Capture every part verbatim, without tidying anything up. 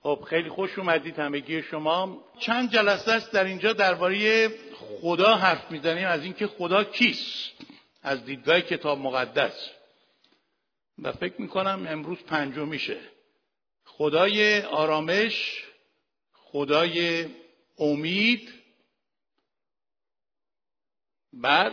خب خیلی خوش اومدید همگی شما. چند جلسه است در اینجا درباره خدا حرف میزنیم، از اینکه خدا کیست از دیدگاه کتاب مقدس، و فکر میکنم امروز پنجمیشه. خدای آرامش، خدای امید، بعد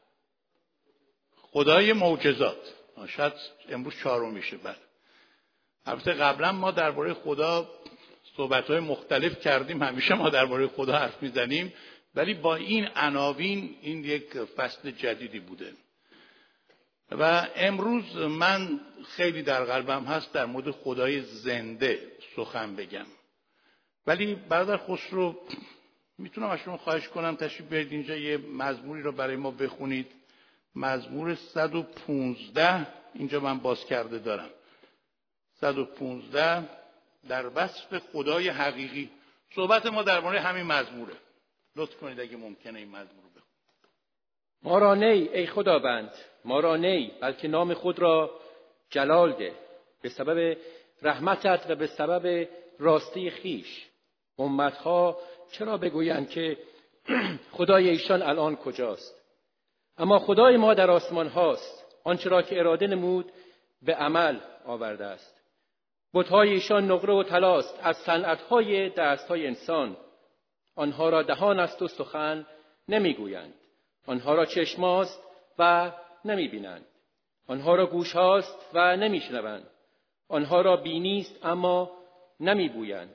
خدای معجزات. شاید امروز چهارمیشه. بعد البته قبلا ما درباره خدا صحبت‌های مختلف کردیم، همیشه ما درباره خدا حرف میزنیم، ولی با این عناوین این یک فصل جدیدی بوده. و امروز من خیلی در قلبم هست در مورد خدای زنده سخن بگم. ولی برادر خسرو میتونم از شما خواهش کنم تشریف بیارید اینجا یه مزموری رو برای ما بخونید. مزمور صد و پانزده اینجا من باز کرده دارم. صد و پانزده در وصف خدای حقیقی. صحبت ما درباره همین مزموره. لطف کنید اگه ممکنه این مزمور رو بخونید. ما را نی ای خداوند، ما را نی، بلکه نام خود را جلال ده، به سبب رحمتت و به سبب راستی خیش. امتها چرا بگویند که خدای ایشان الان کجاست؟ اما خدای ما در آسمان هاست، آنچه را که اراده نمود به عمل آورده است. بت‌های ایشان نقره و طلاست، از صنعت‌های دست‌های انسان. آنها را دهان است و سخن نمیگویند، آنها را چشم است و نمیبینند، آنها را گوش هاست و نمیشنوند، آنها را بینی است اما نمیبویند.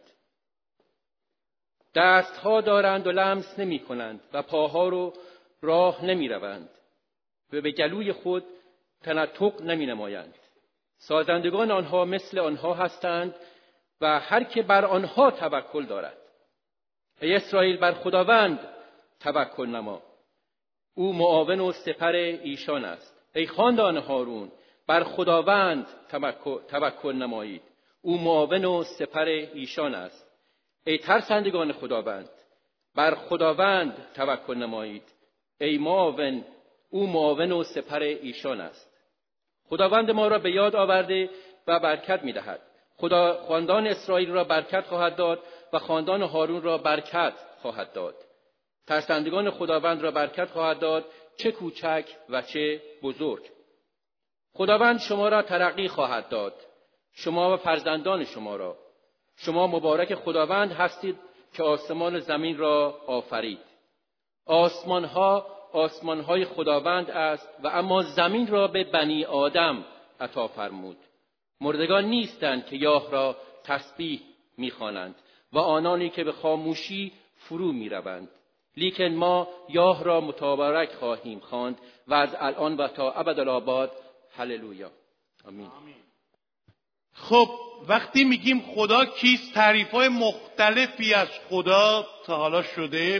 دستها دارند و لمس نمی کنند و پاها رو راه نمی روند و به گلوی خود تنطق نمی نمایند. سازندگان آنها مثل آنها هستند و هر که بر آنها توکل دارد. ای اسرائیل، بر خداوند توکل نما، او معاون و سپر ایشان است. ای خاندان هارون، بر خداوند توکل نمایید، او معاون و سپر ایشان است. ای ترسندگان خداوند، بر خداوند توکل نمایید، ای معاون، او معاون و سپر ایشان است. خداوند ما را به یاد آورده و برکت می‌دهد. خدا خاندان اسرائیل را برکت خواهد داد و خاندان هارون را برکت خواهد داد. ترسندگان خداوند را برکت خواهد داد، چه کوچک و چه بزرگ. خداوند شما را ترقی خواهد داد، شما و فرزندان شما را. شما مبارک خداوند هستید که آسمان و زمین را آفرید. آسمان ها آسمان های خداوند است و اما زمین را به بنی آدم عطا فرمود. مردگان نیستند که یاه را تسبیح می‌خوانند و آنانی که به خاموشی فرو می‌روند، لیکن ما یاه را متبارک خواهیم خواند و از الان و تا ابدالآباد. هللویا. آمین. خب وقتی میگیم خدا کیست، تعریف‌های مختلفی از خدا تا حالا شده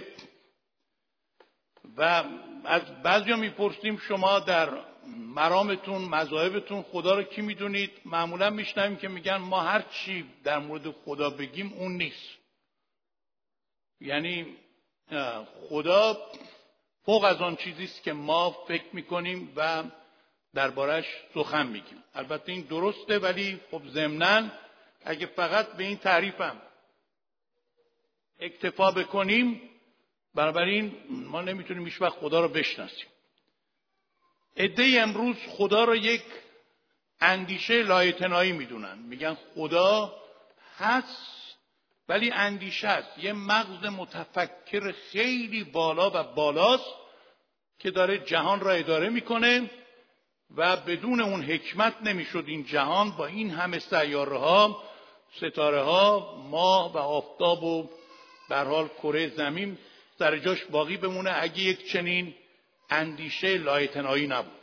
و از بعضیا میپرسیم شما در مرامتون، مذاهبتون خدا رو کی میدونید؟ معمولا میشنویم که میگن ما هر چی در مورد خدا بگیم اون نیست. یعنی خدا فوق از آن چیزیست که ما فکر میکنیم و دربارش سخن میگیم. البته این درسته، ولی خب ضمناً اگه فقط به این تعریفم اکتفا بکنیم، بنابراین ما نمیتونیم هیچ وقت خدا رو بشناسیم. عده‌ای امروز خدا رو یک اندیشه لااعتنایی میدونن، میگن خدا هست ولی اندیشه است، یه مغز متفکر خیلی بالا و بالاست که داره جهان را اداره میکنه و بدون اون حکمت نمیشد این جهان با این همه سیاره ها، ستاره ها، ماه و آفتاب و به هر حال کره زمین سر جاش باقی بمونه اگه یک چنین اندیشه لااعتنایی نبود.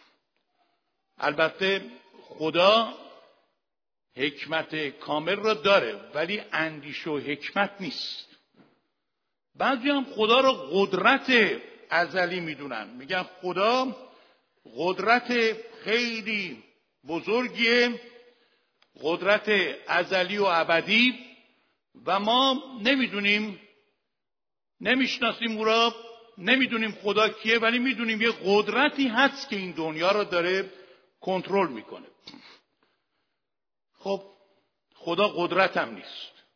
البته خدا حکمت کامل را داره ولی اندیشه و حکمت نیست. بعضی هم خدا را قدرت ازلی میدونن، میگن خدا قدرت خیلی بزرگیه، قدرت ازلی و ابدی و ما نمیدونیم، نمیشناسیم او را، نمیدونیم خدا کیه، ولی میدونیم یه قدرتی هست که این دنیا را داره کنترل میکنه. خب خدا قدرت هم نیست.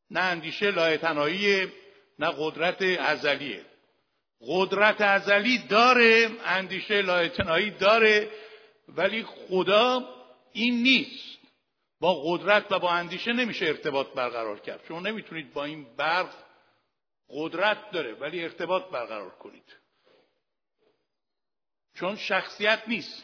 نه اندیشه لایتناهی، نه قدرت ازلیه. قدرت ازلی داره، اندیشه لایتناهی داره، ولی خدا این نیست. با قدرت و با اندیشه نمیشه ارتباط برقرار کرد. شما نمیتونید با این برق، قدرت داره ولی ارتباط برقرار کنید، چون شخصیت نیست.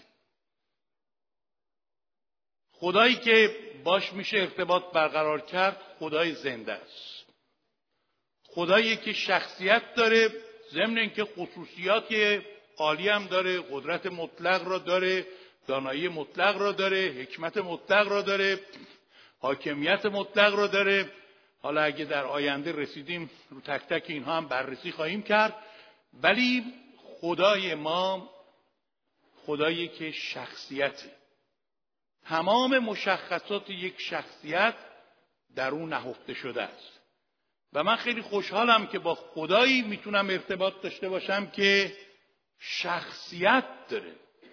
خدایی که باش میشه ارتباط برقرار کرد خدای زنده است. خدایی که شخصیت داره، ضمن اینکه خصوصیات عالی هم داره، قدرت مطلق را داره، دانایی مطلق را داره، حکمت مطلق را داره، حاکمیت مطلق را داره. حالا اگه در آینده رسیدیم رو تک تک اینها هم بررسی خواهیم کرد. ولی خدای ما خدایی که شخصیته، تمام مشخصات یک شخصیت در اون نهفته شده است. و من خیلی خوشحالم که با خدایی میتونم ارتباط داشته باشم که شخصیت داره.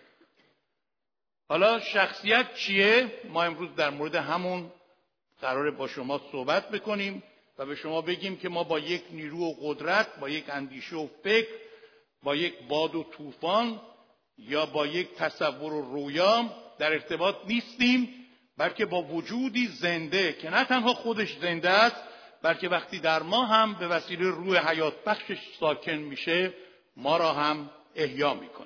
حالا شخصیت چیه؟ ما امروز در مورد همون قراره با شما صحبت بکنیم و به شما بگیم که ما با یک نیرو و قدرت، با یک اندیشه و فکر، با یک باد و طوفان یا با یک تصور و رویا در ارتباط نیستیم، بلکه با وجودی زنده که نه تنها خودش زنده است، بلکه وقتی در ما هم به وسیله روح حیات بخشش ساکن میشه، ما را هم احیا میکنه.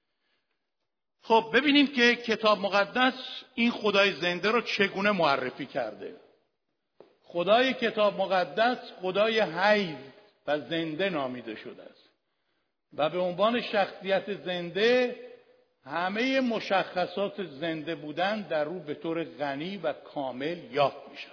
خب ببینیم که کتاب مقدس این خدای زنده رو چگونه معرفی کرده. خدای کتاب مقدس خدای حی و زنده نامیده شده است و به عنوان شخصیت زنده همه مشخصات زنده بودن در او به طور غنی و کامل یافت می شود.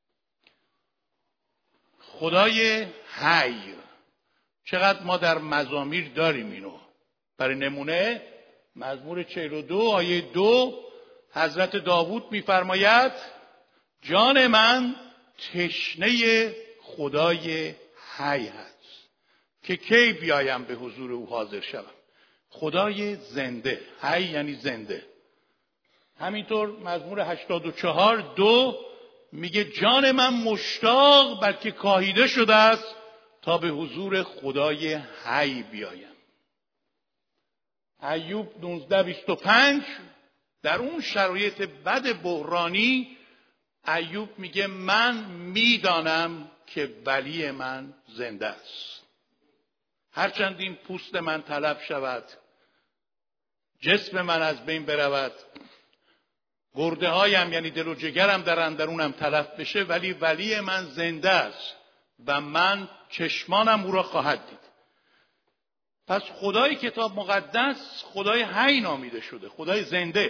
خدای حی، چقدر ما در مزامیر داریم اینو. برای نمونه مزمور چهل و دو آیه دو حضرت داوود می‌فرماید جان من تشنه خدای حی هست که کی بیایم به حضور او حاضر شوم. خدای زنده، حی یعنی زنده. همینطور مزمور هشتاد و چهار دو میگه جان من مشتاق بلکه کاهیده شده است تا به حضور خدای حی بیایم. ایوب نوزده بیست و پنج در اون شرایط بد بحرانی ایوب میگه من میدانم که ولی من زنده است. هرچند این پوست من تلف شود، جسم من از بین برود، گرده هایم یعنی دل و جگرم در اندرونم تلف بشه، ولی ولی من زنده است و من چشمانم او را خواهد دید. پس خدای کتاب مقدس خدای حی نامیده شده، خدای زنده.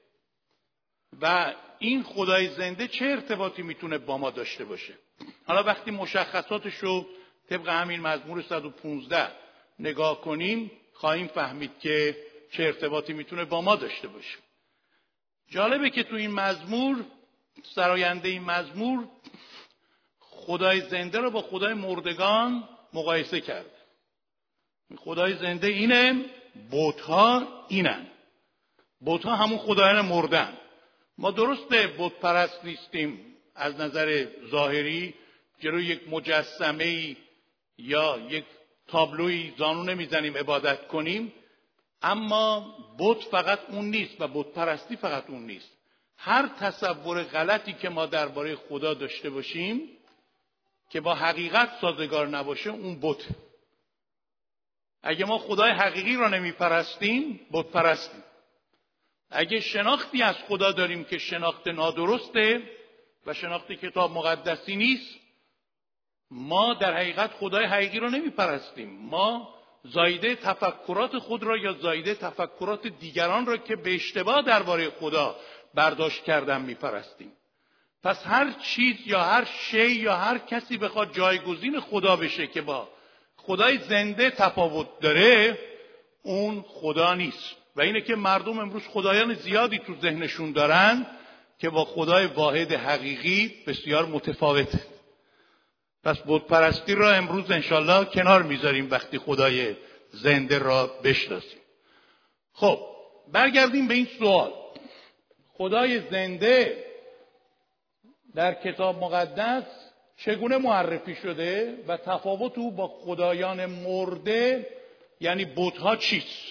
و این خدای زنده چه ارتباطی میتونه با ما داشته باشه؟ حالا وقتی مشخصاتش رو طبق همین مزمور صد و پانزده نگاه کنیم خواهیم فهمید که چه ارتباطی میتونه با ما داشته باشه. جالبه که تو این مزمور، سراینده این مزمور، خدای زنده رو با خدای مردگان مقایسه کرده. خدای زنده اینه، بت‌ها اینن. بت‌ها همون خدایان مردن. ما درسته بت پرست نیستیم، از نظر ظاهری جلوی یک مجسمه یا یک تابلوی زانو نمیزنیم عبادت کنیم، اما بت فقط اون نیست و بت پرستی فقط اون نیست. هر تصور غلطی که ما درباره خدا داشته باشیم که با حقیقت سازگار نباشه، اون بت. اگه ما خدای حقیقی را نمیپرستیم، بت پرستیم. اگه شناختی از خدا داریم که شناخت نادرسته و شناخت کتاب مقدسی نیست، ما در حقیقت خدای حقیقی را نمیپرستیم. ما زایده تفکرات خود را یا زایده تفکرات دیگران را که به اشتباه درباره خدا برداشت کردن میپرستیم. پس هر چیز یا هر شی یا هر کسی بخواد جایگزین خدا بشه که با خدای زنده تفاوت داره، اون خدا نیست. و اینه که مردم امروز خدایان زیادی تو ذهنشون دارن که با خدای واحد حقیقی بسیار متفاوته. پس بت پرستی را امروز انشالله کنار میذاریم وقتی خدای زنده را بشناسیم. خب برگردیم به این سوال. خدای زنده در کتاب مقدس چگونه معرفی شده و تفاوت او با خدایان مرده یعنی بت‌ها چیست؟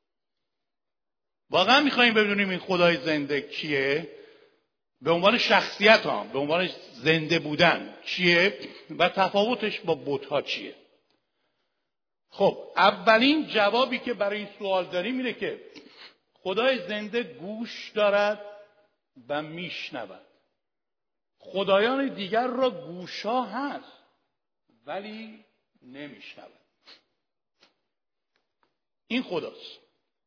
واقعا میخوایم بدونیم این خدای زنده کیه؟ به عنوان شخصیت ها، به عنوان زنده بودن چیه و تفاوتش با بت‌ها چیه؟ خب اولین جوابی که برای این سوال داریم اینه که خدای زنده گوش دارد و میشنود. خدایان دیگر را گوشا هست ولی نمیشنود. این خداست.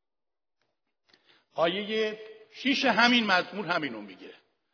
آیه شیش همین مزمور همینو میگه.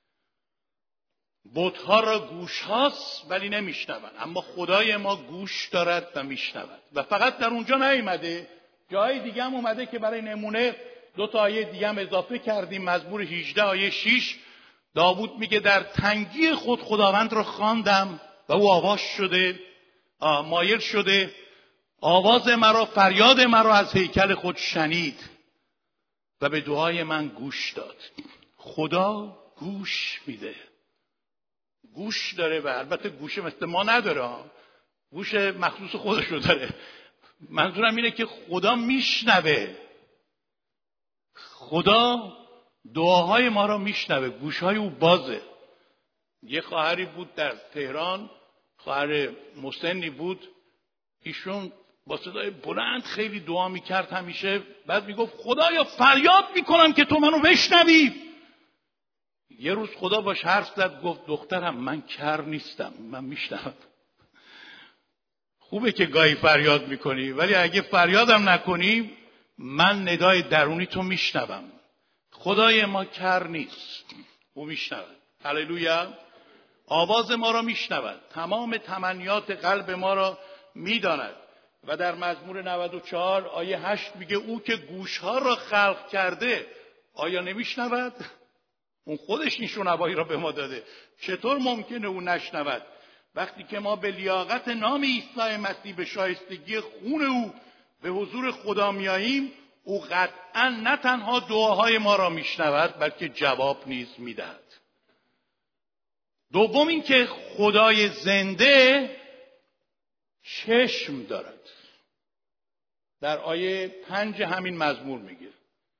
بت‌ها را گوش هاست ولی نمیشنوند، اما خدای ما گوش دارد و میشنود. و فقط در اونجا نیامده، جای دیگه هم اومده که برای نمونه دو تا آیه دیگه هم اضافه کردیم. مزمور هجده آیه شش داوود میگه در تنگی خود خداوند را خواندم و او آواز شده مایل شده، آواز مرا، فریاد مرا از هیکل خود شنید و به دعای من گوش داد. خدا گوش میده، گوش داره و البته گوش مثل ما نداره، گوش مخصوص خودشو داره. منظورم اینه که خدا میشنوه، خدا دعاهای ما را میشنوه، گوشهای او بازه. یه خواهری بود در تهران، خواهر مسنی بود، ایشون با صدای بلند خیلی دعا میکرد همیشه، بعد میگفت خدایا فریاد میکنم که تو منو بشنوی. یه روز خدا باش حرف زد، گفت دخترم من کر نیستم، من میشنوم. خوبه که گاهی فریاد میکنی، ولی اگه فریادم نکنی من ندای درونی تو میشنوم. خدای ما کر نیست، او میشنود. هللویا. آواز ما را میشنود، تمام تمنیات قلب ما را میداند. و در مزمور نود و چهار آیه هشت میگه او که گوشها را خلق کرده آیا نمیشنود؟ اون خودش این شنوایی را به ما داده، چطور ممکنه او نشنود؟ وقتی که ما به لیاقت نام عیسی مسیح به شایستگی خون او به حضور خدا میاییم، او قطعا نه تنها دعاهای ما را میشنود بلکه جواب نیز میدهد. دوم این که خدای زنده چشم دارد. در آیه پنج همین مزمور میگه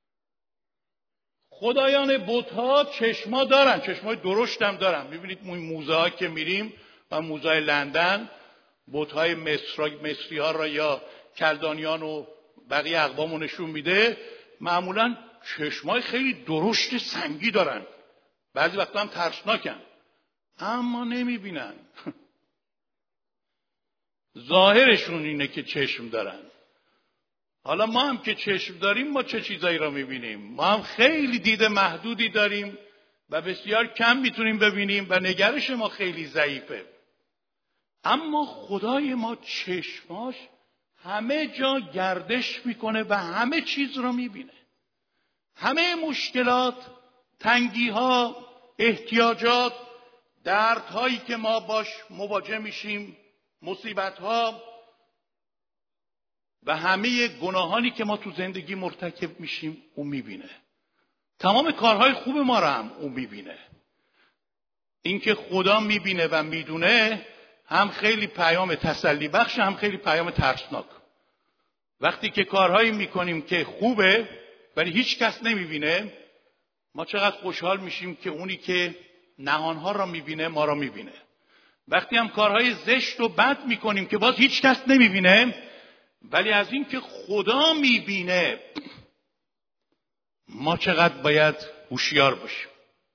خدایان بت‌ها چشما دارن، چشمای درشت هم دارن. میبینید این موزه ها که میریم و موزه لندن، بت‌های مصر مصری ها را یا کلدانیان و بقیه اقوامو نشون میده، معمولا چشمای خیلی درشت سنگی دارن، بعضی وقتا هم ترسناکن، اما نمیبینن. ظاهرشون اینه که چشم دارن. حالا ما هم که چشم داریم ما چه چیزایی را میبینیم؟ ما هم خیلی دید محدودی داریم و بسیار کم میتونیم ببینیم و نگرش ما خیلی ضعیفه. اما خدای ما چشماش همه جا گردش میکنه و همه چیز را میبینه. همه مشکلات، تنگی‌ها، احتیاجات، دردهایی که ما باش مواجه میشیم، مصیبت‌ها و همه گناهانی که ما تو زندگی مرتکب میشیم او میبینه. تمام کارهای خوب ما را هم او میبینه. اینکه خدا میبینه و میدونه هم خیلی پیام تسلی بخش، هم خیلی پیام ترسناک. وقتی که کارهایی میکنیم که خوبه ولی هیچ کس نمیبینه، ما چقدر خوشحال میشیم که اونی که نهانها را میبینه ما را میبینه. وقتی هم کارهای زشت و بد میکنیم که باز هیچ کس نمیبینه، ولی از این که خدا میبینه ما چقدر باید هوشیار باشیم.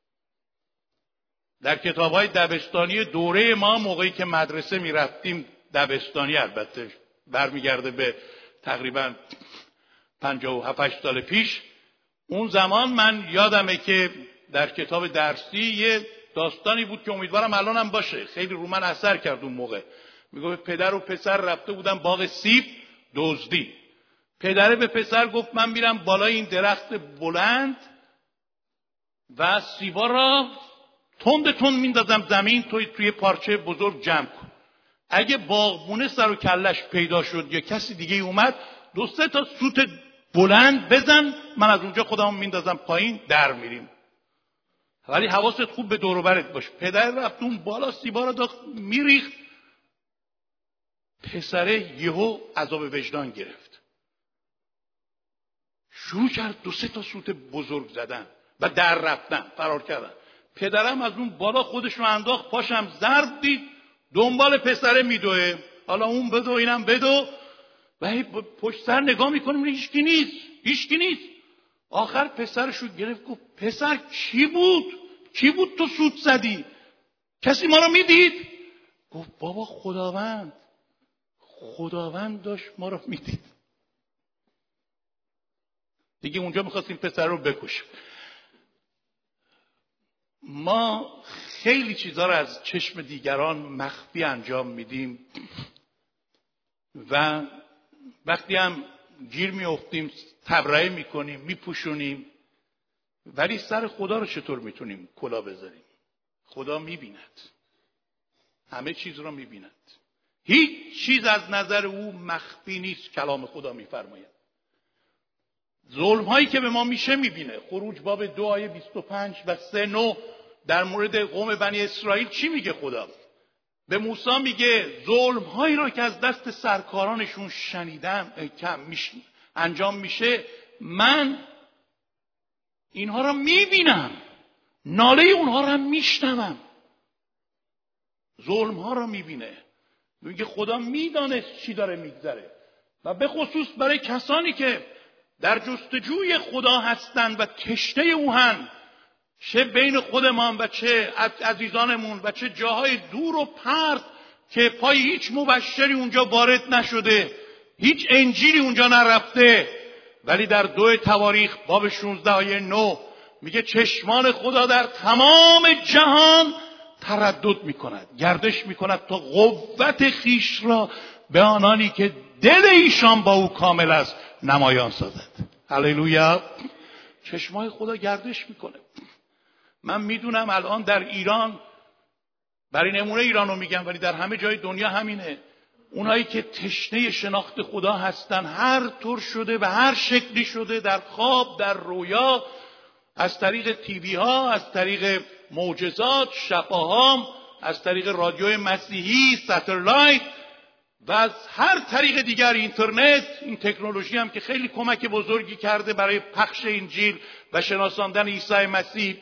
در کتاب‌های دبستانی دوره ما موقعی که مدرسه میرفتیم، دبستانی البته برمیگرده به تقریبا پنجاه و هفت سال پیش، اون زمان من یادمه که در کتاب درسی یه داستانی بود که امیدوارم الان هم باشه، خیلی رو من اثر کرد اون موقع. میگه پدر و پسر رفته بودن باغ سیب دزدی. پدره به پسر گفت من میرم بالای این درخت بلند و سیبا را تند تند میندازم زمین، توی توی پارچه بزرگ جمع کن. اگه باغبونه سر و کلش پیدا شد یا کسی دیگه اومد، دو سه تا سوت بلند بزن، من از اونجا خودمو میندازم پایین، در میریم. ولی حواست خوب به دور و برت باش. پدر رفت اون بالا سیبا رو داخت میریخت، پسره یهو عذاب وجدان گرفت، شروع کرد دو سه تا سوت بزرگ زدن و در رفتن، فرار کردن. پدرم از اون بالا خودش رو انداخت، پاشم ضرب دید، دنبال پسره میدوه، حالا اون بدو اینم بدو و هی پشت سر نگاه میکنیم هیچکی نیست، هیچکی نیست. آخر پسرش رو گرفت، گفت پسر کی بود؟ کی بود تو سوت زدی؟ کسی ما رو میدید؟ گفت بابا خداوند، خداوند داشت ما رو میدید. دیگه اونجا میخواستیم پسر رو بکشیم. ما خیلی چیزا رو از چشم دیگران مخفی انجام میدیم و وقتی هم گیر میافتیم تبرئه میکنیم، میپوشونیم، ولی سر خدا رو چطور میتونیم کلا بذاریم؟ خدا میبیند، همه چیز رو میبیند، هیچ چیز از نظر او مخفی نیست. کلام خدا میفرماید ظلم هایی که به ما میشه میبینه. خروج باب دو آیه بیست و پنج و سه نو در مورد قوم بنی اسرائیل چی میگه خدا؟ به موسی میگه ظلم هایی را که از دست سرکارانشون شنیدم انجام میشه، من اینها را میبینم، ناله اونها را میشنوم. ظلم ها را میبینه. میگه خدا میدانست چی داره میگذره و به خصوص برای کسانی که در جستجوی خدا هستند و تشنه او هستند، چه بین خودمان و چه عزیزانمون و چه جاهای دور و پرت که پای هیچ مبشری اونجا وارد نشده، هیچ انجیلی اونجا نرفته، ولی در دو تواریخ باب شانزده آیه نه میگه چشمان خدا در تمام جهان تردد میکند، گردش میکند تا قوت خیش را به آنانی که دل ایشان با او کامل است نمایان سازد. هللویا. چشمای خدا گردش میکنه. من میدونم الان در ایران، برای نمونه ایران رو میگم ولی در همه جای دنیا همینه، اونایی که تشنه شناخت خدا هستن هر طور شده و هر شکلی شده، در خواب، در رویا، از طریق تیوی ها، از طریق معجزات، شفاها، از طریق رادیوی مسیحی، سترلایت و از هر طریق دیگر، اینترنت، این تکنولوژی هم که خیلی کمک بزرگی کرده برای پخش انجیل و شناساندن عیسی مسیح،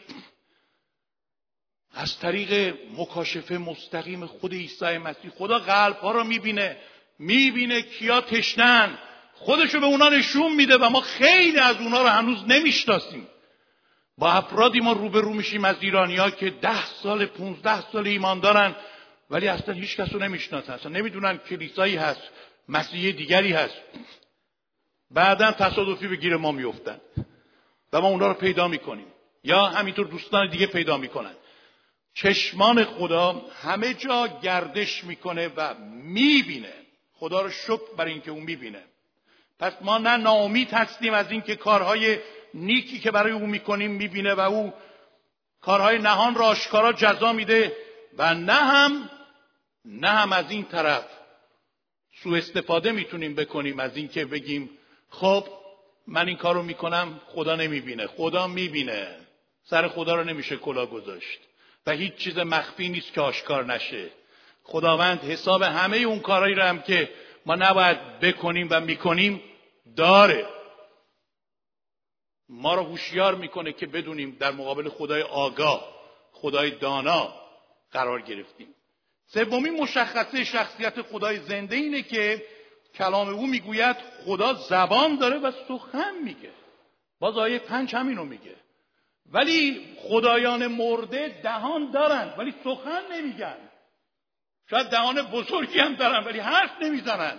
از طریق مکاشفه مستقیم خود عیسی مسیح خدا قلب ها رو میبینه، میبینه کیا تشنن، خودشو به اونا نشون میده و ما خیلی از اونا رو هنوز نمیشناسیم. با افرادی ما روبرو میشیم از ایرانی ها که ده سال پونزده سال ایمان دارن ولی اصلا هیچ کس رو نمیشناسن، اصلا نمیدونن کلیسایی هست، مسیحی دیگری هست. بعداً تصادفی به گیر ما میفتن و ما اونا رو پیدا میکنیم یا همینطور دوستان دیگه پیدا میکنن. چشمان خدا همه جا گردش میکنه و میبینه. خدا رو شکر برای اینکه اون میبینه. پس ما نه ناامید هستیم از اینکه کارهای نیکی که برای او میکنیم میبینه و او کارهای نهان را آشکارا جزا میده، و نه هم نه هم از این طرف سوء استفاده میتونیم بکنیم از اینکه بگیم خب من این کارو میکنم خدا نمیبینه. خدا میبینه. سر خدا رو نمیشه کلاه گذاشت و هیچ چیز مخفی نیست که آشکار نشه. خداوند حساب همه اون کارهایی رو هم که ما نباید بکنیم و میکنیم داره. ما رو هوشیار میکنه که بدونیم در مقابل خدای آگاه، خدای دانا قرار گرفتیم. سومین مشخصه شخصیت خدای زنده اینه که کلام او میگوید خدا زبان داره و سخن میگه. باز آیه پنج همینو میگه. ولی خدایان مرده دهان دارن ولی سخن نمیگن. شاید دهان بزرگی هم دارن ولی حرف نمیزنن.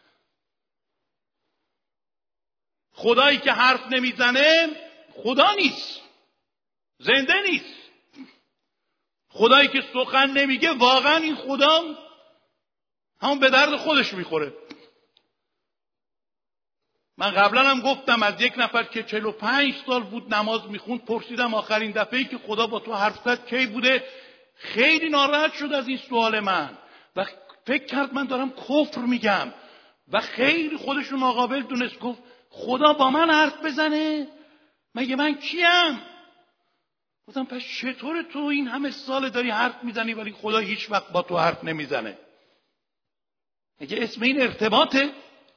خدایی که حرف نمیزنه خدا نیست، زنده نیست. خدایی که سخن نمیگه واقعا این خدا همون به درد خودش میخوره. من قبلا هم گفتم از یک نفر که چهل و پنج سال بود نماز میخوند پرسیدم آخرین دفعه‌ای که خدا با تو حرف زد کی بوده؟ خیلی ناراحت شد از این سوال من و فکر کرد من دارم کفر میگم و خیلی خودش رو ناقابل دونست. گفت خدا با من حرف بزنه؟ مگه من کیم؟ گفتم پس چطور تو این همه سال داری حرف میزنی ولی خدا هیچ وقت با تو حرف نمیزنه؟ اگه اسم این ارتباطه؟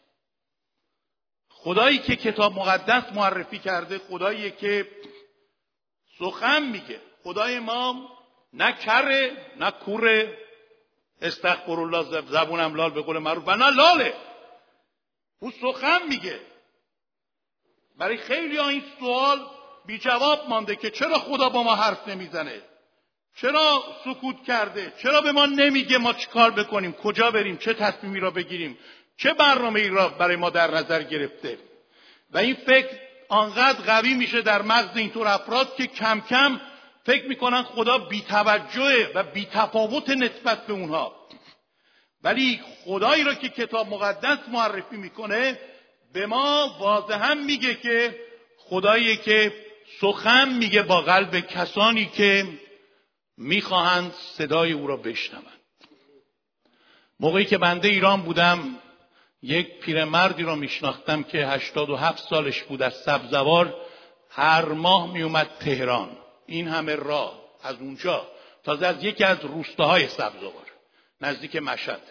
خدایی که کتاب مقدس معرفی کرده خدایی که سخن میگه. خدای ما نه کره نه کوره، استغفر الله زبونم لال به قول معروف، و نه لاله. او سخن میگه. برای خیلی ها این سوال بی جواب مانده که چرا خدا با ما حرف نمیزنه؟ چرا سکوت کرده؟ چرا به ما نمیگه ما چی کار بکنیم، کجا بریم، چه تصمیمی را بگیریم، چه برنامه ای را برای ما در نظر گرفته؟ و این فکر آنقدر قوی میشه در مغز اینطور افراد که کم کم فکر میکنن خدا بی‌توجهه و بی‌تفاوت نسبت به اونها. ولی خدایی را که کتاب مقدس معرفی میکنه به ما واضحا میگه که خدایی که سخن میگه با قلب کسانی که میخواهند صدای او را بشنوند. موقعی که بنده ایران بودم یک پیرمردی را میشناختم که هشتاد و هفت سالش بود، از سبزوار هر ماه میومد تهران، این همه راه از اونجا، تازه از یکی از روستاهای سبزوار نزدیک مشهد.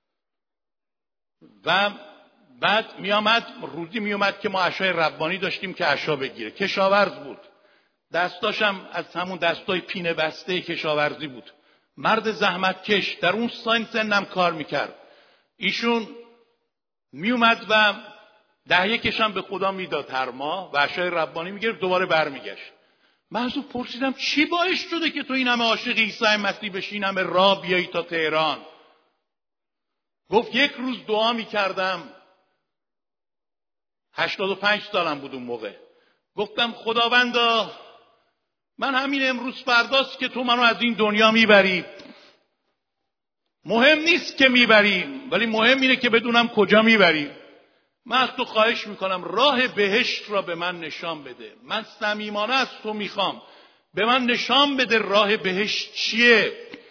و بعد میامد روزی میومد که ما عشای ربانی داشتیم که عشا بگیره. کشاورز بود، دستاشم از همون دستای پینه بسته کشاورزی بود. مرد زحمتکش، در اون سن سنم کار میکرد. ایشون میومد و ده یکشم به خدا میداد هر ماه و عشای ربانی میگرفت، دوباره برمیگشت. من از او پرسیدم چی باعث شده که تو این همه عاشق عیسی مسیح بشی، این همه راه بیایی تا تهران؟ گفت یک روز دعا میکردم، هشتاد و پنج سالم بود اون موقع. گفتم خداوندا من همین امروز فرداست که تو منو از این دنیا میبری. مهم نیست که میبری، ولی مهم اینه که بدونم کجا میبری. من از تو خواهش میکنم راه بهشت را به من نشان بده. من صمیمانه از تو میخوام به من نشان بده راه بهشت چیه.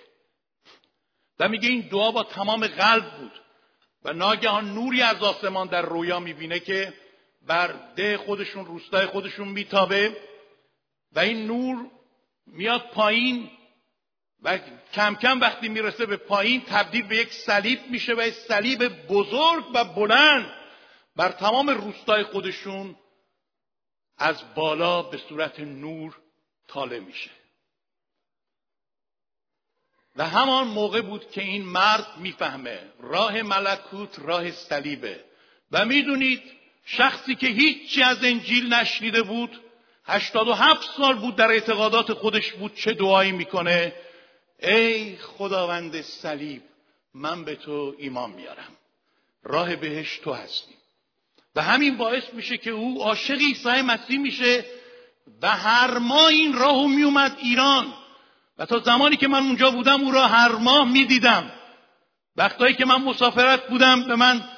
و میگه این دعا با تمام قلب بود و ناگهان نوری از آسمان در رویا میبینه که بر ده خودشون، روستای خودشون میتابه و این نور میاد پایین و کم کم وقتی میرسه به پایین تبدیل به یک صلیب میشه و یک صلیب بزرگ و بلند بر تمام روستای خودشون از بالا به صورت نور طالع میشه. و همان موقع بود که این مرد میفهمه راه ملکوت راه صلیبه. و میدونید شخصی که هیچی از انجیل نشنیده بود، هشتاد و هفت سال بود در اعتقادات خودش بود، چه دعایی میکنه؟ ای خداوند صلیب، من به تو ایمان میارم، راه بهشت تو هستی. و همین باعث میشه که او عاشق عیسی مسیح میشه و هر ماه این راهو میومد ایران. و تا زمانی که من اونجا بودم او را هر ماه میدیدم. وقتایی که من مسافرت بودم به من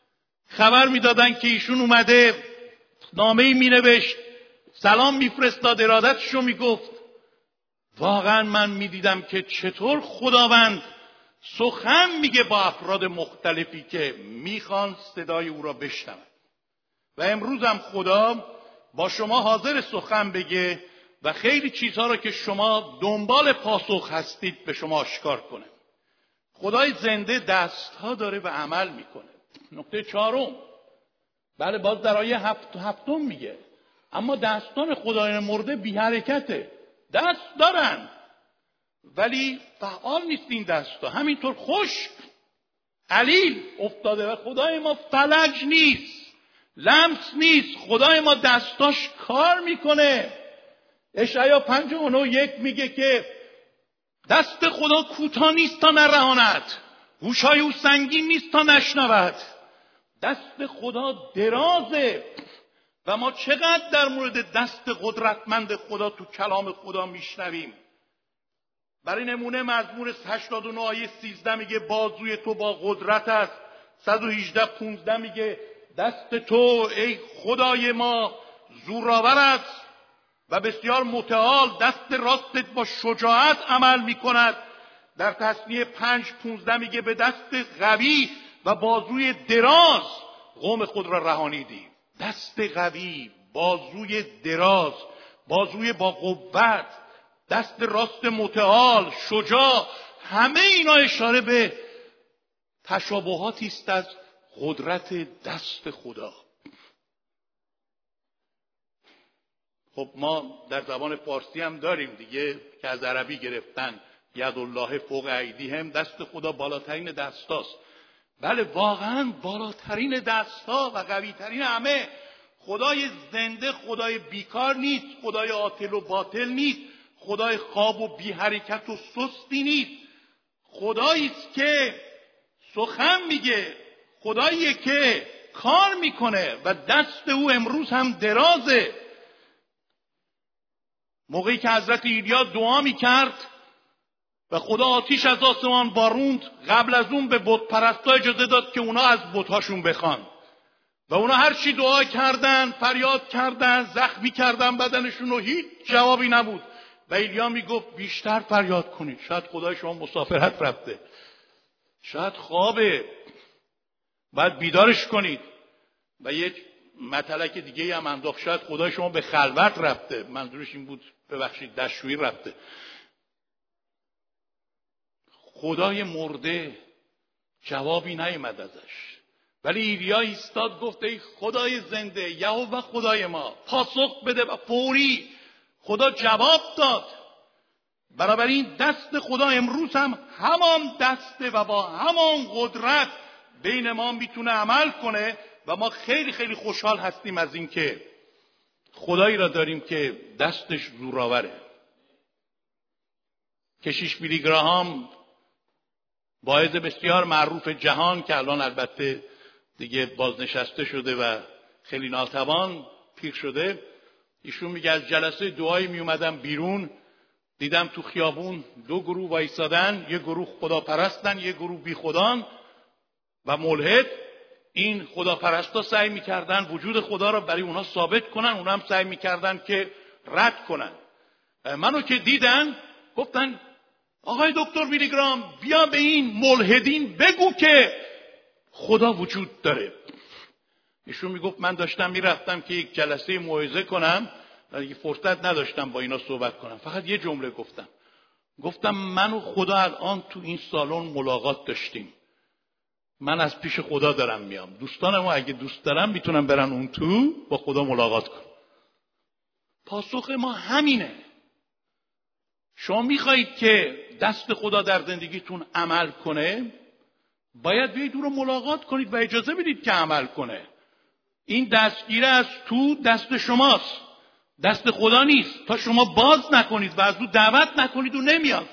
خبر میدادن که ایشون اومده، نامه‌ای مینوشت، سلام میفرستاد، ارادتشو میگفت. واقعا من میدیدم که چطور خداوند سخن میگه با افراد مختلفی که میخوان صدای او را بشنوند. و امروز هم خدا با شما حاضر سخن بگه و خیلی چیزها را که شما دنبال پاسخ هستید به شما آشکار کنه. خدای زنده دستها داره و عمل میکنه. نکته چهارم، بله باز در آیه هفت هفتم میگه اما دستان خدایان مرده بی حرکته. دست دارن ولی فعال نیست این دستا، همینطور خشک علیل افتاده. و خدای ما فلج نیست، لمس نیست، خدای ما دستاش کار میکنه. اشعیا پنجاه و نه یک میگه که دست خدا کوتاه نیست تا نرهاند، گوشای او سنگین نیست تا نشنود. دست خدا درازه و ما چقدر در مورد دست قدرتمند خدا تو کلام خدا میشنویم. برای نمونه مزمور هشتاد و نه آیه سیزده میگه بازوی تو با قدرت است. صد و هجده پانزده میگه دست تو ای خدای ما زورآور است و بسیار متعال، دست راستت با شجاعت عمل میکند. در تثنیه پنج پانزده میگه به دست قوی و بازوی دراز قوم خود را رهانیدی. دست قوی، بازوی دراز، بازوی با قوت، دست راست متعال، شجاع، همه اینا اشاره به تشابهاتی است از قدرت دست خدا. خب ما در زبان فارسی هم داریم دیگه که از عربی گرفتن، ید الله فوق ایدیهم، دست خدا بالاترین دستاست. بله واقعا بالاترین دستها و قویترین همه. خدای زنده خدای بیکار نیست، خدای عاطل و باطل نیست، خدای خواب و بی حرکت و سستی نیست. خدایی است که سخن میگه، خداییه که کار میکنه و دست او امروز هم درازه. موقعی که حضرت ایلیا دعا میکرد و خدا آتیش از آسمان باروند، قبل از اون به بت پرستا اجازه داد که اونا از بت‌هاشون بخوان و اونا هر چی دعا کردن، فریاد کردن، زخمی کردن بدنشون و هیچ جوابی نبود. و ایلیا میگفت بیشتر فریاد کنید، شاید خدای شما مسافرت رفته، شاید خوابه، باید بیدارش کنید. و یک مطلق دیگه هم انداخت، شاید خدای شما به خلوت رفته، منظورش این بود ببخشید دستشویی رفته. خدای مرده جوابی نیامد ازش، ولی ایلیا ایستاد گفت ای خدای زنده، یهوه خدای ما، پاسخ بده. و فوری خدا جواب داد. بنابراین دست خدا امروز هم همان دسته و با همان قدرت بین ما میتونه عمل کنه و ما خیلی خیلی خوشحال هستیم از این که خدایی را داریم که دستش زورآوره. کشیش بیلی گراهام، واعظ بسیار معروف جهان که الان البته دیگه بازنشسته شده و خیلی ناتوان پیر شده، ایشون میگه از جلسه دعایی میومدم بیرون، دیدم تو خیابون دو گروه وایسادن، یه گروه خداپرستن، یه گروه بی خدان و ملحد. این خداپرستا سعی میکردن وجود خدا را برای اونا ثابت کنن، اونا هم سعی میکردن که رد کنن. منو که دیدن گفتن آقای دکتر بیلی گراهام بیا به این ملحدین بگو که خدا وجود داره. ایشون میگفت من داشتم میرفتم که یک جلسه موعظه کنم و دیگه فرصت نداشتم با اینا صحبت کنم، فقط یه جمله گفتم. گفتم من و خدا الان تو این سالن ملاقات داشتیم، من از پیش خدا دارم میام، دوستان ما اگه دوست دارم میتونم برن اون تو با خدا ملاقات کنم. پاسخ ما همینه. شما میخواهید که دست خدا در زندگیتون عمل کنه، باید بیایید او رو ملاقات کنید و اجازه بدید که عمل کنه. این دستگیره از تو دست شماست، دست خدا نیست. تا شما باز نکنید و از او دعوت نکنید و نمیاد.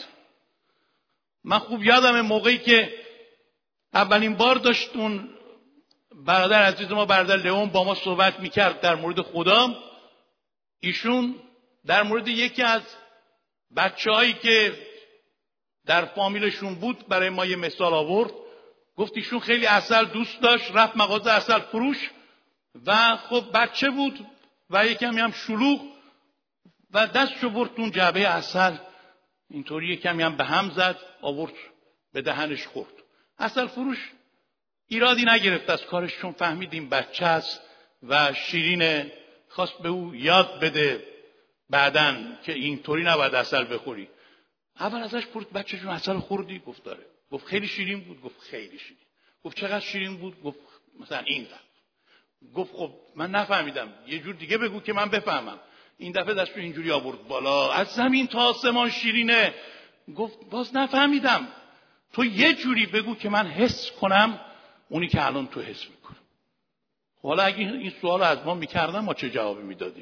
من خوب یادم موقعی که اولین بار داشت اون برادر عزیز ما برادر لئون با ما صحبت میکرد در مورد خدا، ایشون در مورد یکی از بچه هایی که در فامیلشون بود برای ما یه مثال آورد. گفت ایشون خیلی عسل دوست داشت، رفت مغازه عسل فروش و خب بچه بود و یکمی هم شلوغ و دستشو برد اون جعبه عسل، اینطوری یکمی هم به هم زد، آورد به دهنش خورد. عسل فروش ایرادی نگرفت از کارش، چون فهمیدیم بچه است و شیرینه، خواست به او یاد بده بعدن که اینطوری نباید عسل بخوری. اول ازش پرسید بچه جون عسل خوردی؟ گفت داره. گفت خیلی شیرین بود؟ گفت خیلی شیرین. گفت چقدر شیرین بود؟ گفت مثلا این دفعه. گفت خب من نفهمیدم، یه جور دیگه بگو که من بفهمم. این دفعه دستشو اینجوری آورد بالا، از زمین تا آسمان شیرینه. گفت باز نفهمیدم، تو یه جوری بگو که من حس کنم اونی که الان تو حس میکنم. حالا اگه این سوال از ما میکردن ما چه جوابی میدادیم؟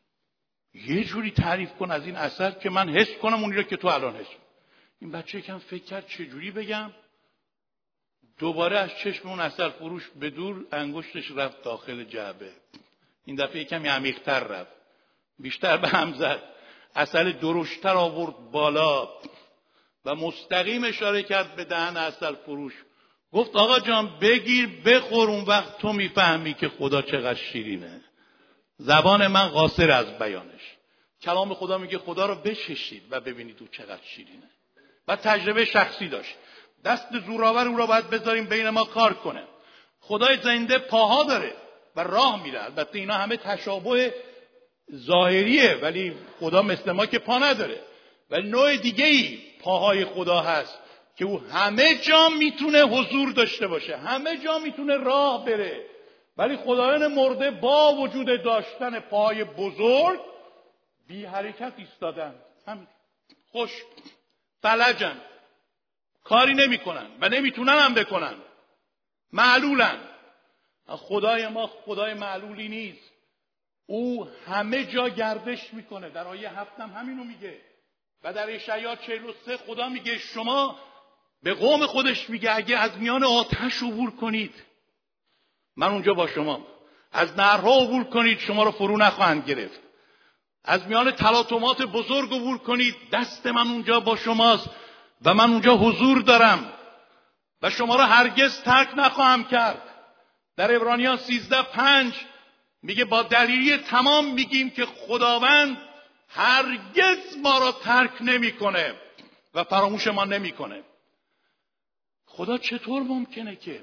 یه جوری تعریف کن از این اثر که من حس کنم اونی رو که تو الان حس کنم. این بچه یکم فکر کرد چه جوری بگم. دوباره از چشم اون عسل فروش به دور انگشتش رفت داخل جعبه. این دفعه یکمی عمیق‌تر رفت، بیشتر به هم زد، عسل درشتر آورد بالا و مستقیم اشاره کرد به دهن عسل فروش. گفت آقا جان بگیر بخور، اون وقت تو میفهمی که خدا چقدر شیرینه. زبان من قاصر از بیانش. کلام خدا میگه خدا رو بچشید و ببینید او چقدر شیرینه. و تجربه شخصی داشت. دست زورآور او را باید بذاریم بین ما کار کنه. خدای زنده پاها داره و راه میره. البته اینا همه تشابه ظاهریه، ولی خدا مثل ما که پا نداره. و نوع دیگه ای پاهای خدا هست که او همه جا میتونه حضور داشته باشه، همه جا میتونه راه بره، ولی خدایان مرده با وجود داشتن پاهای بزرگ بی حرکت ایستادن، همین خوش فلجن، کاری نمیکنن و نمیتونن هم بکنن، معلولن. خدای ما خدای معلولی نیست، او همه جا گردش میکنه. در آیه هفت هم همینو میگه و در اشعیا چهل و سه خدا میگه شما به قوم خودش میگه اگه از میان آتش عبور کنید من اونجا با شما، از نهرها عبور کنید شما رو فرو نخواهند گرفت، از میان تلاطمات بزرگ عبور کنید دست من اونجا با شماست و من اونجا حضور دارم و شما رو هرگز ترک نخواهم کرد. در عبرانیان سیزده پنج میگه با دلیری تمام میگیم که خداوند هرگز ما را ترک نمیکنه و فراموش ما نمیکنه. خدا چطور ممکنه که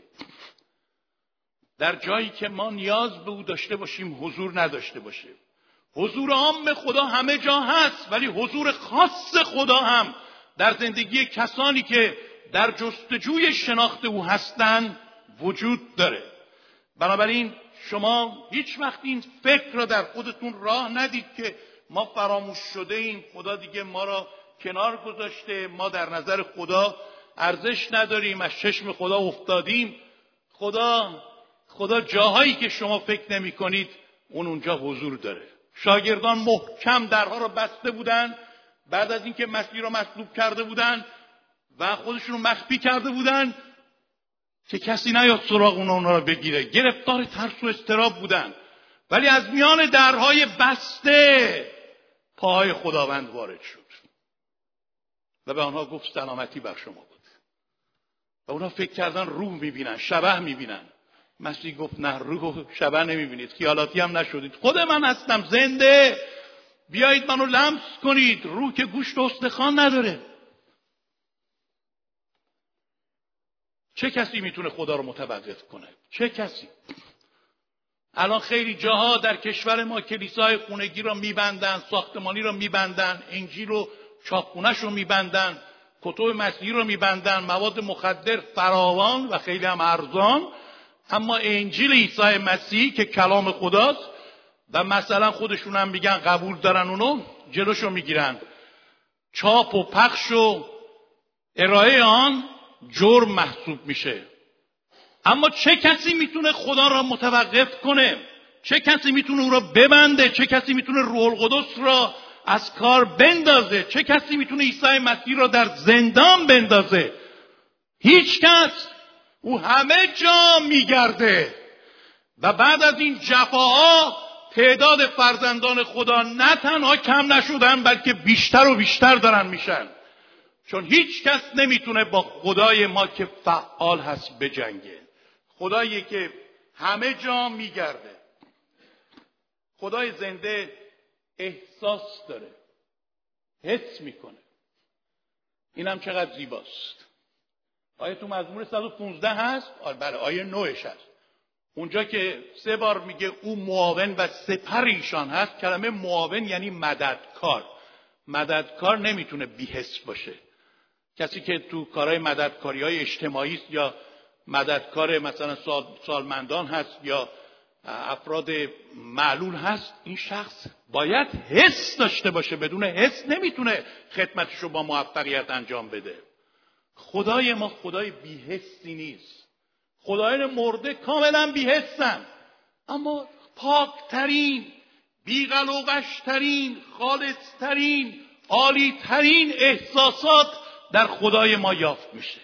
در جایی که ما نیاز به او داشته باشیم حضور نداشته باشه؟ حضور عام خدا همه جا هست، ولی حضور خاص خدا هم در زندگی کسانی که در جستجوی شناخت او هستند وجود داره. بنابراین شما هیچ وقت این فکر را در خودتون راه ندید که ما فراموش شده ایم، خدا دیگه ما را کنار گذاشته، ما در نظر خدا ارزش نداریم، از چشم خدا افتادیم. خدا خدا جاهایی که شما فکر نمی کنید اون اونجا حضور داره. شاگردان محکم درها را بسته بودن بعد از اینکه مسیح را مصلوب کرده بودن و خودشون رو مخفی کرده بودن که کسی نیاد سراغ اونا را بگیره، گرفتار ترس و اضطراب بودن، ولی از میان درهای بسته پاهای خداوند وارد شد و به آنها گفت سلامتی بر شما بود و اونا فکر کردن روح میبینن، شبح میبینن. مسیح گفت نه، روح و شبح نمیبینید، خیالاتی هم نشدید، خود من هستم زنده، بیایید منو لمس کنید. روح که گوشت و استخوان نداره. چه کسی میتونه خدا رو متوقف کنه؟ چه کسی؟ الان خیلی جاها در کشور ما کلیساهای خونگی را میبندن، ساختمانی را میبندن، انجیل و چاپخونه‌ش رو میبندن، کتب مسیحی رو میبندن، مواد مخدر فراوان و خیلی هم ارزان، اما انجیل عیسی مسیح که کلام خداست و مثلا خودشون هم میگن قبول دارن اونو، جلوشو میگیرن. چاپ و پخش و ارائه آن جرم محسوب میشه. اما چه کسی میتونه خدا را متوقف کنه؟ چه کسی میتونه او را ببنده؟ چه کسی میتونه روح القدس را از کار بندازه؟ چه کسی میتونه عیسی مسیح را در زندان بندازه؟ هیچ کس. او همه جا میگرده و بعد از این جفاها تعداد فرزندان خدا نه تنها کم نشدن بلکه بیشتر و بیشتر دارن میشن، چون هیچ کس نمیتونه با خدای ما که فعال هست بجنگه. خدایی که همه جا میگرده. خدای زنده احساس داره، حس میکنه. اینم چقدر زیباست. آیه تو مزمور صد و پانزده هست، بله آیه نوش هست، اونجا که سه بار میگه او معاون و سپر ایشان هست. کلمه معاون یعنی مددکار. مددکار نمیتونه بی‌حس باشه. کسی که تو کارهای مددکاری های اجتماعی است یا مددکار مثلا سال، سالمندان هست یا افراد معلول هست، این شخص باید حس داشته باشه. بدون حس نمیتونه خدمتش رو با موفقیت انجام بده. خدای ما خدای بی‌حسی نیست. خدایان مرده کاملا بی‌حسن، اما پاکترین، بی‌قلوقش‌ترین، خالصترین، عالیترین احساسات در خدای ما یافت میشه.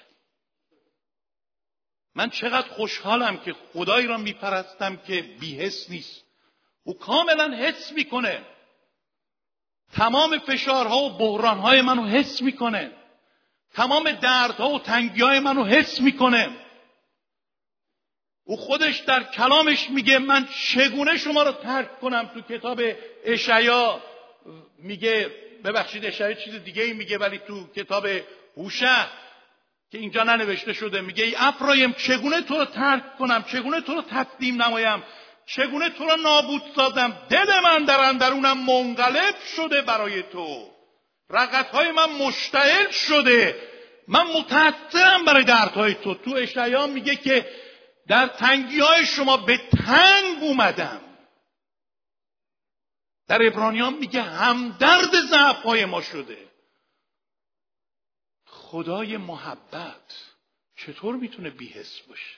من چقدر خوشحالم که خدایی را میپرستم که بی‌حس نیست. او کاملا حس میکنه، تمام فشارها و بحرانهای منو حس میکنه، تمام دردها و تنگیهای منو حس میکنه. او خودش در کلامش میگه من چگونه شما رو ترک کنم. تو کتاب اشعیا میگه، ببخشید اشعیا چیز دیگه ای میگه، ولی تو کتاب هوشع که اینجا ننوشته شده میگه ای افرایم چگونه تو رو ترک کنم، چگونه تو رو تسلیم نمایم، چگونه تو رو نابود سازم. دل من در اندرونم منقلب شده برای تو رقتهای من مشتعل شده، من متأثرم برای دردهای تو. تو اشعیا میگه که در تنگی‌های شما به تنگ اومدم. در عبرانیان میگه همدرد ضعف‌های ما شده. خدای محبت چطور میتونه بی‌حس باشه؟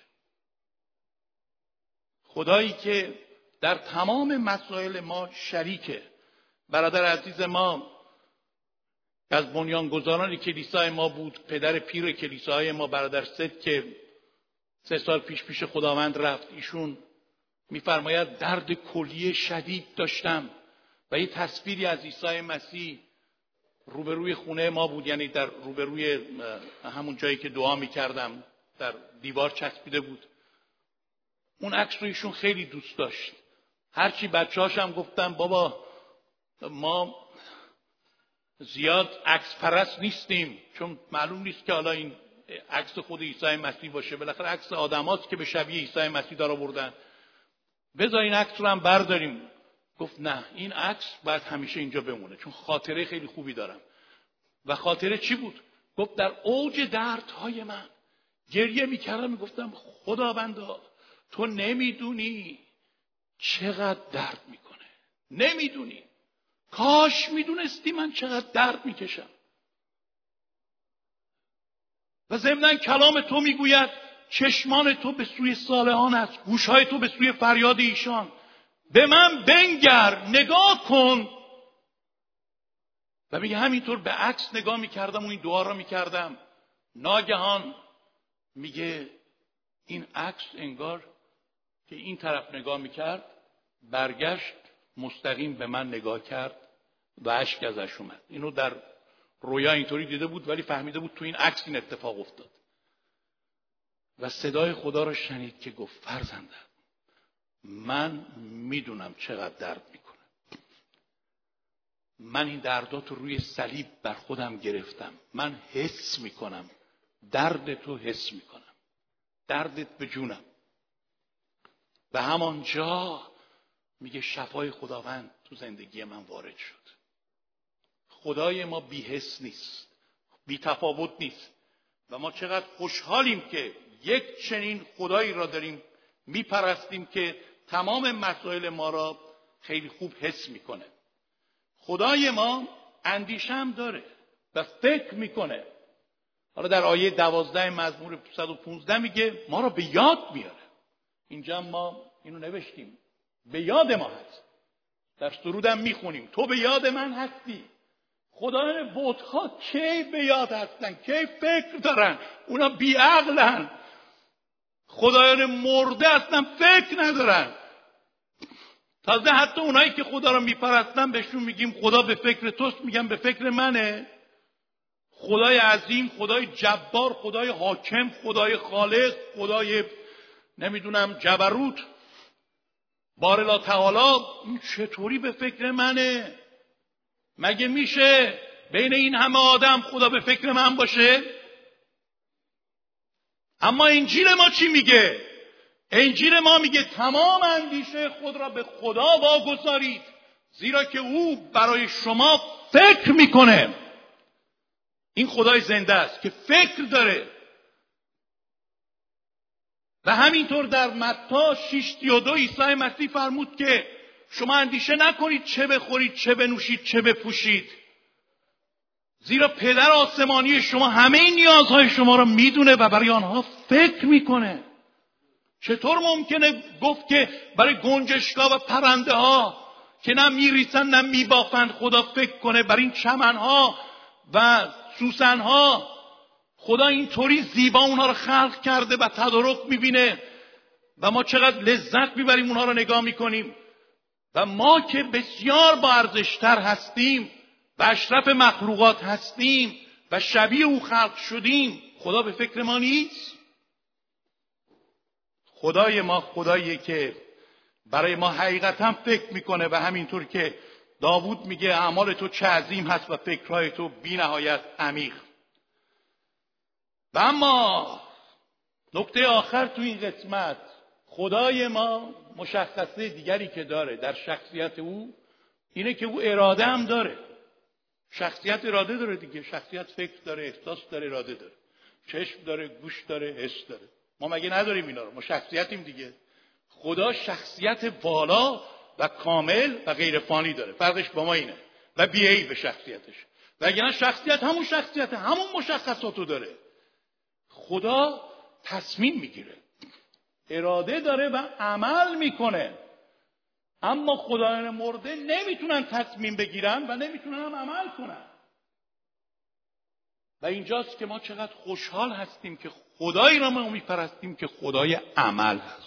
خدایی که در تمام مسائل ما شریکه. برادر عزیز ما از بنیانگذاران کلیسای ما بود، پدر پیر کلیسای ما برادر سید که سه سال پیش پیش خداوند رفت، ایشون میفرماید درد کلیه شدید داشتم و یه تصویری از عیسی مسیح روبروی خونه ما بود، یعنی در روبروی همون جایی که دعا میکردم در دیوار چسبیده بود. اون عکس رو ایشون خیلی دوست داشت. هرچی بچه‌هاش هم گفتم بابا ما زیاد عکس پرست نیستیم، چون معلوم نیست که حالا این عکس خود عیسی مسیح باشه، بالاخره عکس آدماست که به شبیه عیسی مسیح دار آوردن، بذار این عکس رو هم برداریم. گفت نه، این عکس باید همیشه اینجا بمونه، چون خاطره خیلی خوبی دارم. و خاطره چی بود؟ گفت در اوج دردهای من گریه میکردم، میگفتم خداوندا تو نمیدونی چقدر درد میکنه، نمیدونی، کاش میدونستی من چقدر درد میکشم. و ضمناً کلام تو میگوید چشمان تو به سوی صالحان است، گوشهای تو به سوی فریاد ایشان. به من بنگر، نگاه کن. و میگه همینطور به عکس نگاه میکردم و این دعا را میکردم. ناگهان میگه این عکس انگار که این طرف نگاه میکرد، برگشت مستقیم به من نگاه کرد و اشک ازش اومد. اینو در رویا اینطوری دیده بود، ولی فهمیده بود تو این عکس این اتفاق افتاد. و صدای خدا را شنید که گفت فرزندم، من میدونم چقدر درد میکنه. من این دردات رو روی صلیب بر خودم گرفتم. من حس میکنم درد تو، حس میکنم دردت به جونم. و همانجا میگه شفای خداوند تو زندگی من وارد شد. خدای ما بی‌حس نیست، بی تفاوت نیست. و ما چقدر خوشحالیم که یک چنین خدایی را داریم میپرستیم که تمام مسائل ما را خیلی خوب حس میکنه. خدای ما اندیشه هم داره و فکر میکنه. حالا در آیه دوازده مزمور صد و پانزده میگه ما را به یاد میاره. اینجا ما اینو نوشتیم، به یاد ما هست. در سرودم میخونیم تو به یاد من هستی. خدایان بت‌ها کی به یاد هستن؟ کی فکر دارن؟ اونا بیعقلن. خدایان مرده هستن، فکر ندارن. تازه حتی اونایی که خدا را میپرستن بهشون میگیم خدا به فکر توست، میگن به فکر منه. خدای عظیم، خدای جبار، خدای حاکم، خدای خالق، خدای نمیدونم جبروت، بارلا تعالی، این چطوری به فکر منه؟ مگه میشه بین این همه آدم خدا به فکر من باشه؟ اما انجیل ما چی میگه؟ انجیل ما میگه تمام اندیشه خود را به خدا واگذارید، زیرا که او برای شما فکر میکنه. این خدای زنده است که فکر داره. و همینطور در متی شش سی و دو عیسی مسیح فرمود که شما اندیشه نکنید چه بخورید، چه بنوشید، چه بپوشید، زیرا پدر آسمانی شما همه نیازهای شما را میدونه و برای آنها فکر میکنه. چطور ممکنه گفت که برای گنجشکا و پرنده ها که نه میریسن نه میبافند خدا فکر کنه؟ برای این چمنها و سوسنها خدا اینطوری زیبا اونها رو خلق کرده و تدارک میبینه و ما چقدر لذت میبریم اونها رو نگاه میکنیم. و ما که بسیار با ارزشتر هستیم و اشرف مخلوقات هستیم و شبیه او خلق شدیم، خدا به فکر ما نیست؟ خدای ما خداییه که برای ما حقیقتا فکر میکنه و همینطور که داوود میگه اعمال تو چه عظیم هست و فکرهای تو بی نهایت عمیق. و اما نکته آخر تو این قسمت، خدای ما مشخصه دیگری که داره در شخصیت او اینه که او اراده هم داره. شخصیت اراده داره دیگه. شخصیت فکر داره، احساس داره، اراده داره، چشم داره، گوش داره، حس داره. ما مگه نداریم اینا رو؟ ما شخصیتیم دیگه. خدا شخصیت والا و کامل و غیر فانی داره. فرقش با ما اینه و بی‌عیب به شخصیتش. وگرنه شخصیت همون شخصیت همون مشخصاتو داره. خدا تصمیم میگیره، اراده داره و عمل میکنه. اما خدایان مرده نمیتونن تصمیم بگیرن و نمیتونن هم عمل کنن. و اینجاست که ما چقدر خوشحال هستیم که خدایی را ما میپرستیم که خدای عمل هست،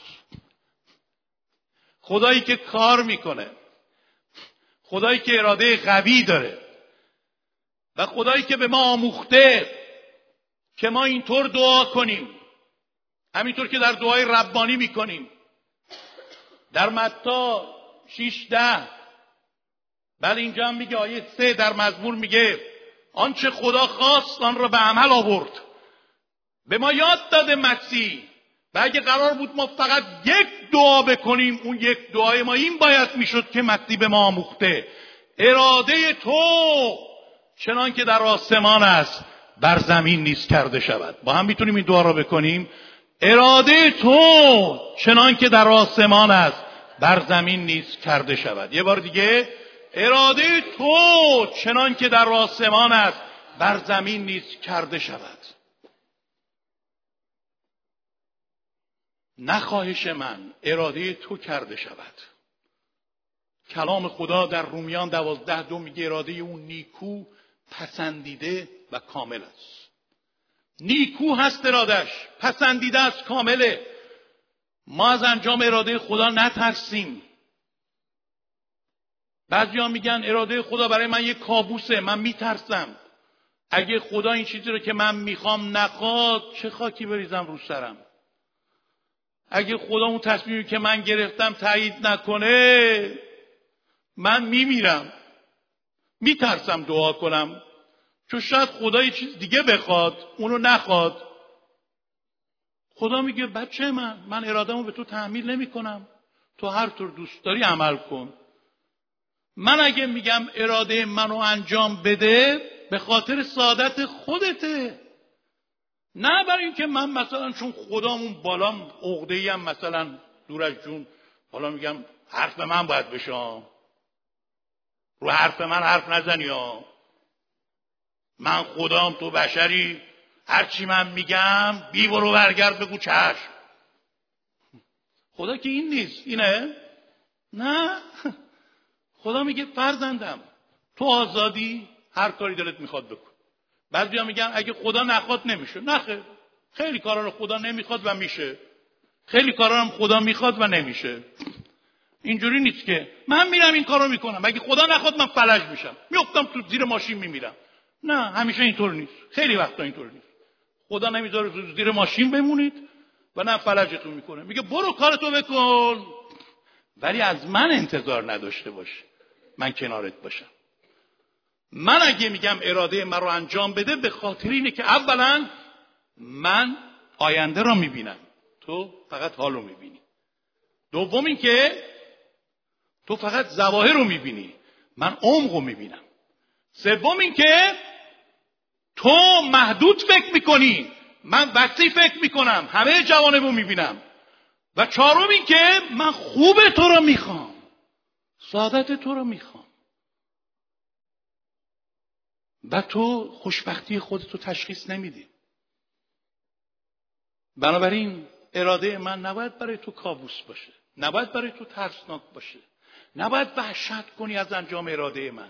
خدایی که کار میکنه، خدایی که اراده قوی داره و خدایی که به ما آموخته که ما اینطور دعا کنیم، همینطور که در دعای ربانی میکنیم. در متی شش ده، بله اینجا هم میگه آیه سه در مزمور میگه آنچه خدا خواست آن را به عمل آورد. به ما یاد داده مسیح و اگه قرار بود ما فقط یک دعا بکنیم، اون یک دعای ما این باید میشد که مسیح به ما آموخته: اراده تو چنان که در آسمان است بر زمین نیز کرده شود. با هم میتونیم این دعا را بکنیم: اراده تو چنان که در آسمان است بر زمین نیز کرده شود. یه بار دیگه: اراده تو چنان که در آسمان است بر زمین نیز کرده شود. نه خواهش من، اراده تو کرده شود. کلام خدا در رومیان دوازده دو میگه اراده اون نیکو، پسندیده و کامل است. نیکو هست ارادش، پسندیده است، کامله. ما از انجام اراده خدا نترسیم. بعضیا میگن اراده خدا برای من یک کابوسه، من میترسم. اگه خدا این چیزی رو که من میخوام نخواد، چه خاکی بریزم رو سرم؟ اگه خدا اون تصمیمی که من گرفتم تایید نکنه، من میمیرم. میترسم دعا کنم، چون شاید خدا یه چیز دیگه بخواد، اونو نخواد. خدا میگه بچه من، من اراده‌مو به تو تحمیل نمی کنم، تو هر طور دوست داری عمل کن. من اگه میگم اراده منو انجام بده، به خاطر سعادت خودته، نه برای اینکه من مثلا چون خدامون بالام عقده‌ای ام مثلا دور از جون، حالا میگم حرف من باید بشه، رو حرف من حرف نزنی ها، من خدام تو بشری، هرچی من میگم بی برو برگرد بگو چشم. خدا که این نیست، اینه؟ نه، خدا میگه فرزندم تو آزادی، هر کاری دلت میخواد بکن. بعضیا میگن اگه خدا نخواد نمیشه. نه خیر، خیلی کارا رو خدا نمیخواد و میشه، خیلی کارا هم خدا میخواد و نمیشه. اینجوری نیست که من میرم این کارو میکنم، اگه خدا نخواد من فلج میشم، میافتم تو زیر ماشین میمیرم. نه، همیشه اینطور نیست، خیلی وقتا اینطور نیست. خدا نمیذاره تو زیر ماشین بمونید و نه فلجتون میکنه، میگه برو کارتو بکن، ولی از من انتظار نداشته باش من کنارت باشم. من اگه میگم اراده من رو انجام بده، به خاطر اینه که اولا من آینده رو میبینم، تو فقط حال رو میبینی. دوم این که تو فقط ظواهر رو میبینی، من عمق رو میبینم. سوم این که تو محدود فکر میکنی، من وسیع فکر میکنم، همه جوانب رو میبینم. و چهارم این که من خوب تو رو میخوام، سعادت تو رو میخوام و تو خوشبختی خودتو تشخیص نمیدی. بنابراین اراده من نباید برای تو کابوس باشه، نباید برای تو ترسناک باشه، نباید وحشت کنی از انجام اراده من.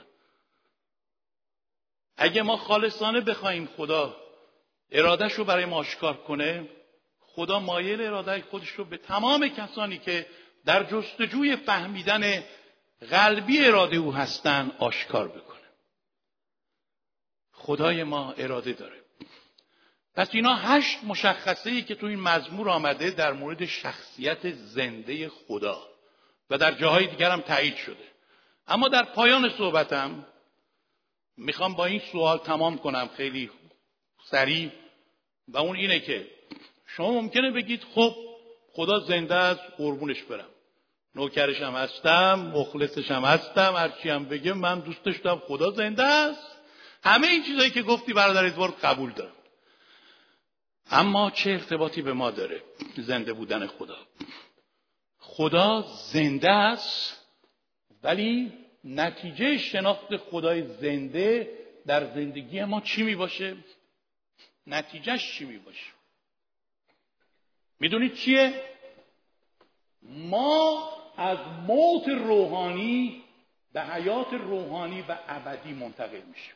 اگه ما خالصانه بخوایم خدا ارادهش رو برای ما آشکار کنه، خدا مایل اراده خودش رو به تمام کسانی که در جستجوی فهمیدن قلبی اراده او هستن آشکار بکنه. خدای ما اراده داره. پس اینا هشت مشخصه‌ای که تو این مزمور آمده در مورد شخصیت زنده خدا و در جاهای دیگر هم تایید شده. اما در پایان صحبتم میخوام با این سوال تمام کنم خیلی سریع، و اون اینه که شما ممکنه بگید خب خدا زنده است، قربونش برم، نوکرش هم هستم، مخلصش هم هستم، هرچی هم بگه من دوستش دارم، خدا زنده است، همه این چیزایی که گفتی برادر ادوارد قبول دارم. اما چه ارتباطی به ما داره زنده بودن خدا؟ خدا زنده است، ولی نتیجه شناخت خدای زنده در زندگی ما چی می باشه؟ نتیجهش چی می باشه؟ میدونید چیه؟ ما از موت روحانی به حیات روحانی و ابدی منتقل میشیم.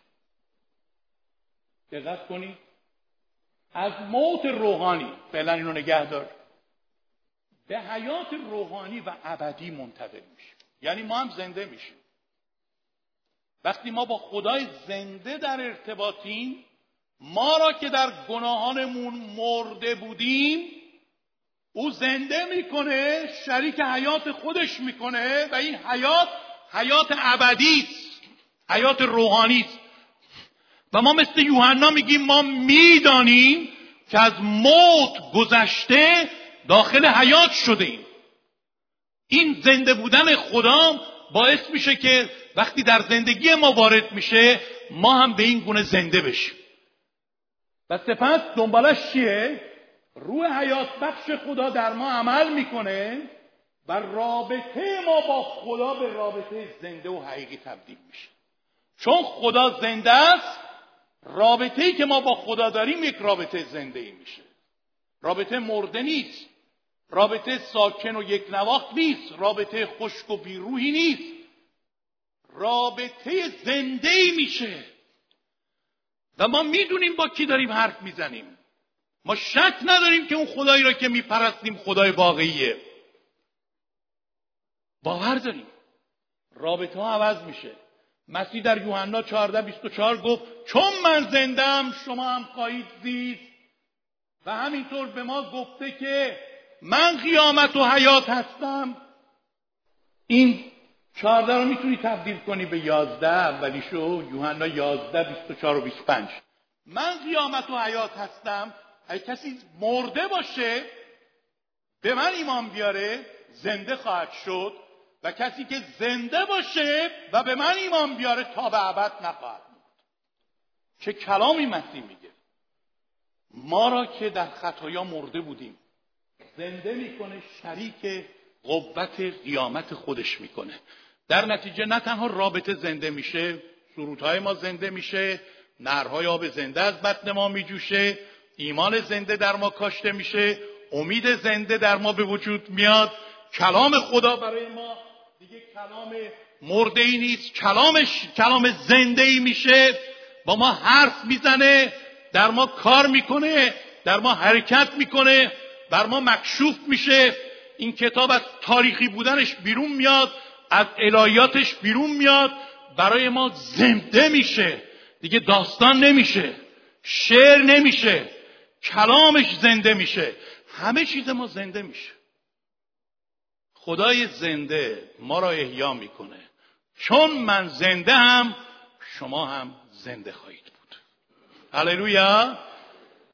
دقت کنید، از موت روحانی، فعلا اینو نگه دار، به حیات روحانی و ابدی منتقل میشیم. یعنی ما هم زنده میشیم. وقتی ما با خدای زنده در ارتباطیم، ما را که در گناهانمون مرده بودیم او زنده میکنه، شریک حیات خودش میکنه و این حیات حیات ابدی است، حیات روحانی است. و ما مثل یوحنا میگیم ما میدانیم که از موت گذشته داخل حیات شدیم. این زنده بودن خدا باعث میشه که وقتی در زندگی ما وارد میشه ما هم به این گونه زنده بشیم. و سپس دنبالش چیه؟ روح حیات بخش خدا در ما عمل میکنه و رابطه ما با خدا به رابطه زنده و حقیقی تبدیل میشه. چون خدا زنده است، رابطه‌ای که ما با خدا داریم یک رابطه زنده‌ای میشه. رابطه مرده نیست، رابطه ساکن و یک نواخت نیست، رابطه خشک و بیروحی نیست، رابطه زنده‌ای میشه. و ما میدونیم با کی داریم حرف میزنیم. ما شک نداریم که اون خدایی را که میپرستیم خدای واقعیه. باور داریم. رابطه ها عوض میشه. مسیح در یوحنا چهارده بیست و چهار گفت چون من زنده‌ام شما هم خواهید زیست. و همینطور به ما گفته که من قیامت و حیات هستم. این چهارده رو میتونی تبدیل کنی به یازده، اولیشو یوحنا یازده بیست و چهار و بیست و پنج. من قیامت و حیات هستم. اگه کسی مرده باشه به من ایمان بیاره زنده خواهد شد، و کسی که زنده باشه و به من ایمان بیاره تا به ابد نخواهد مرد. چه کلامی مسیح میگه. ما را که در خطایا مرده بودیم زنده میکنه، شریک قوت قیامت خودش میکنه. در نتیجه نه تنها رابطه زنده میشه، سرودهای ما زنده میشه، نهرهای آب زنده از بطن ما میجوشه، ایمان زنده در ما کاشته میشه، امید زنده در ما به وجود میاد. کلام خدا برای ما دیگه کلام مرده ای نیست، کلامش کلام زنده ای میشه، با ما حرف میزنه، در ما کار میکنه، در ما حرکت میکنه، بر ما مکشوف میشه. این کتاب از تاریخی بودنش بیرون میاد، از الهیاتش بیرون میاد، برای ما زنده میشه. دیگه داستان نمیشه، شعر نمیشه، کلامش زنده میشه، همه چیز ما زنده میشه. خدای زنده ما را احیا میکنه. چون من زنده هم شما هم زنده خواهید بود. هللویا.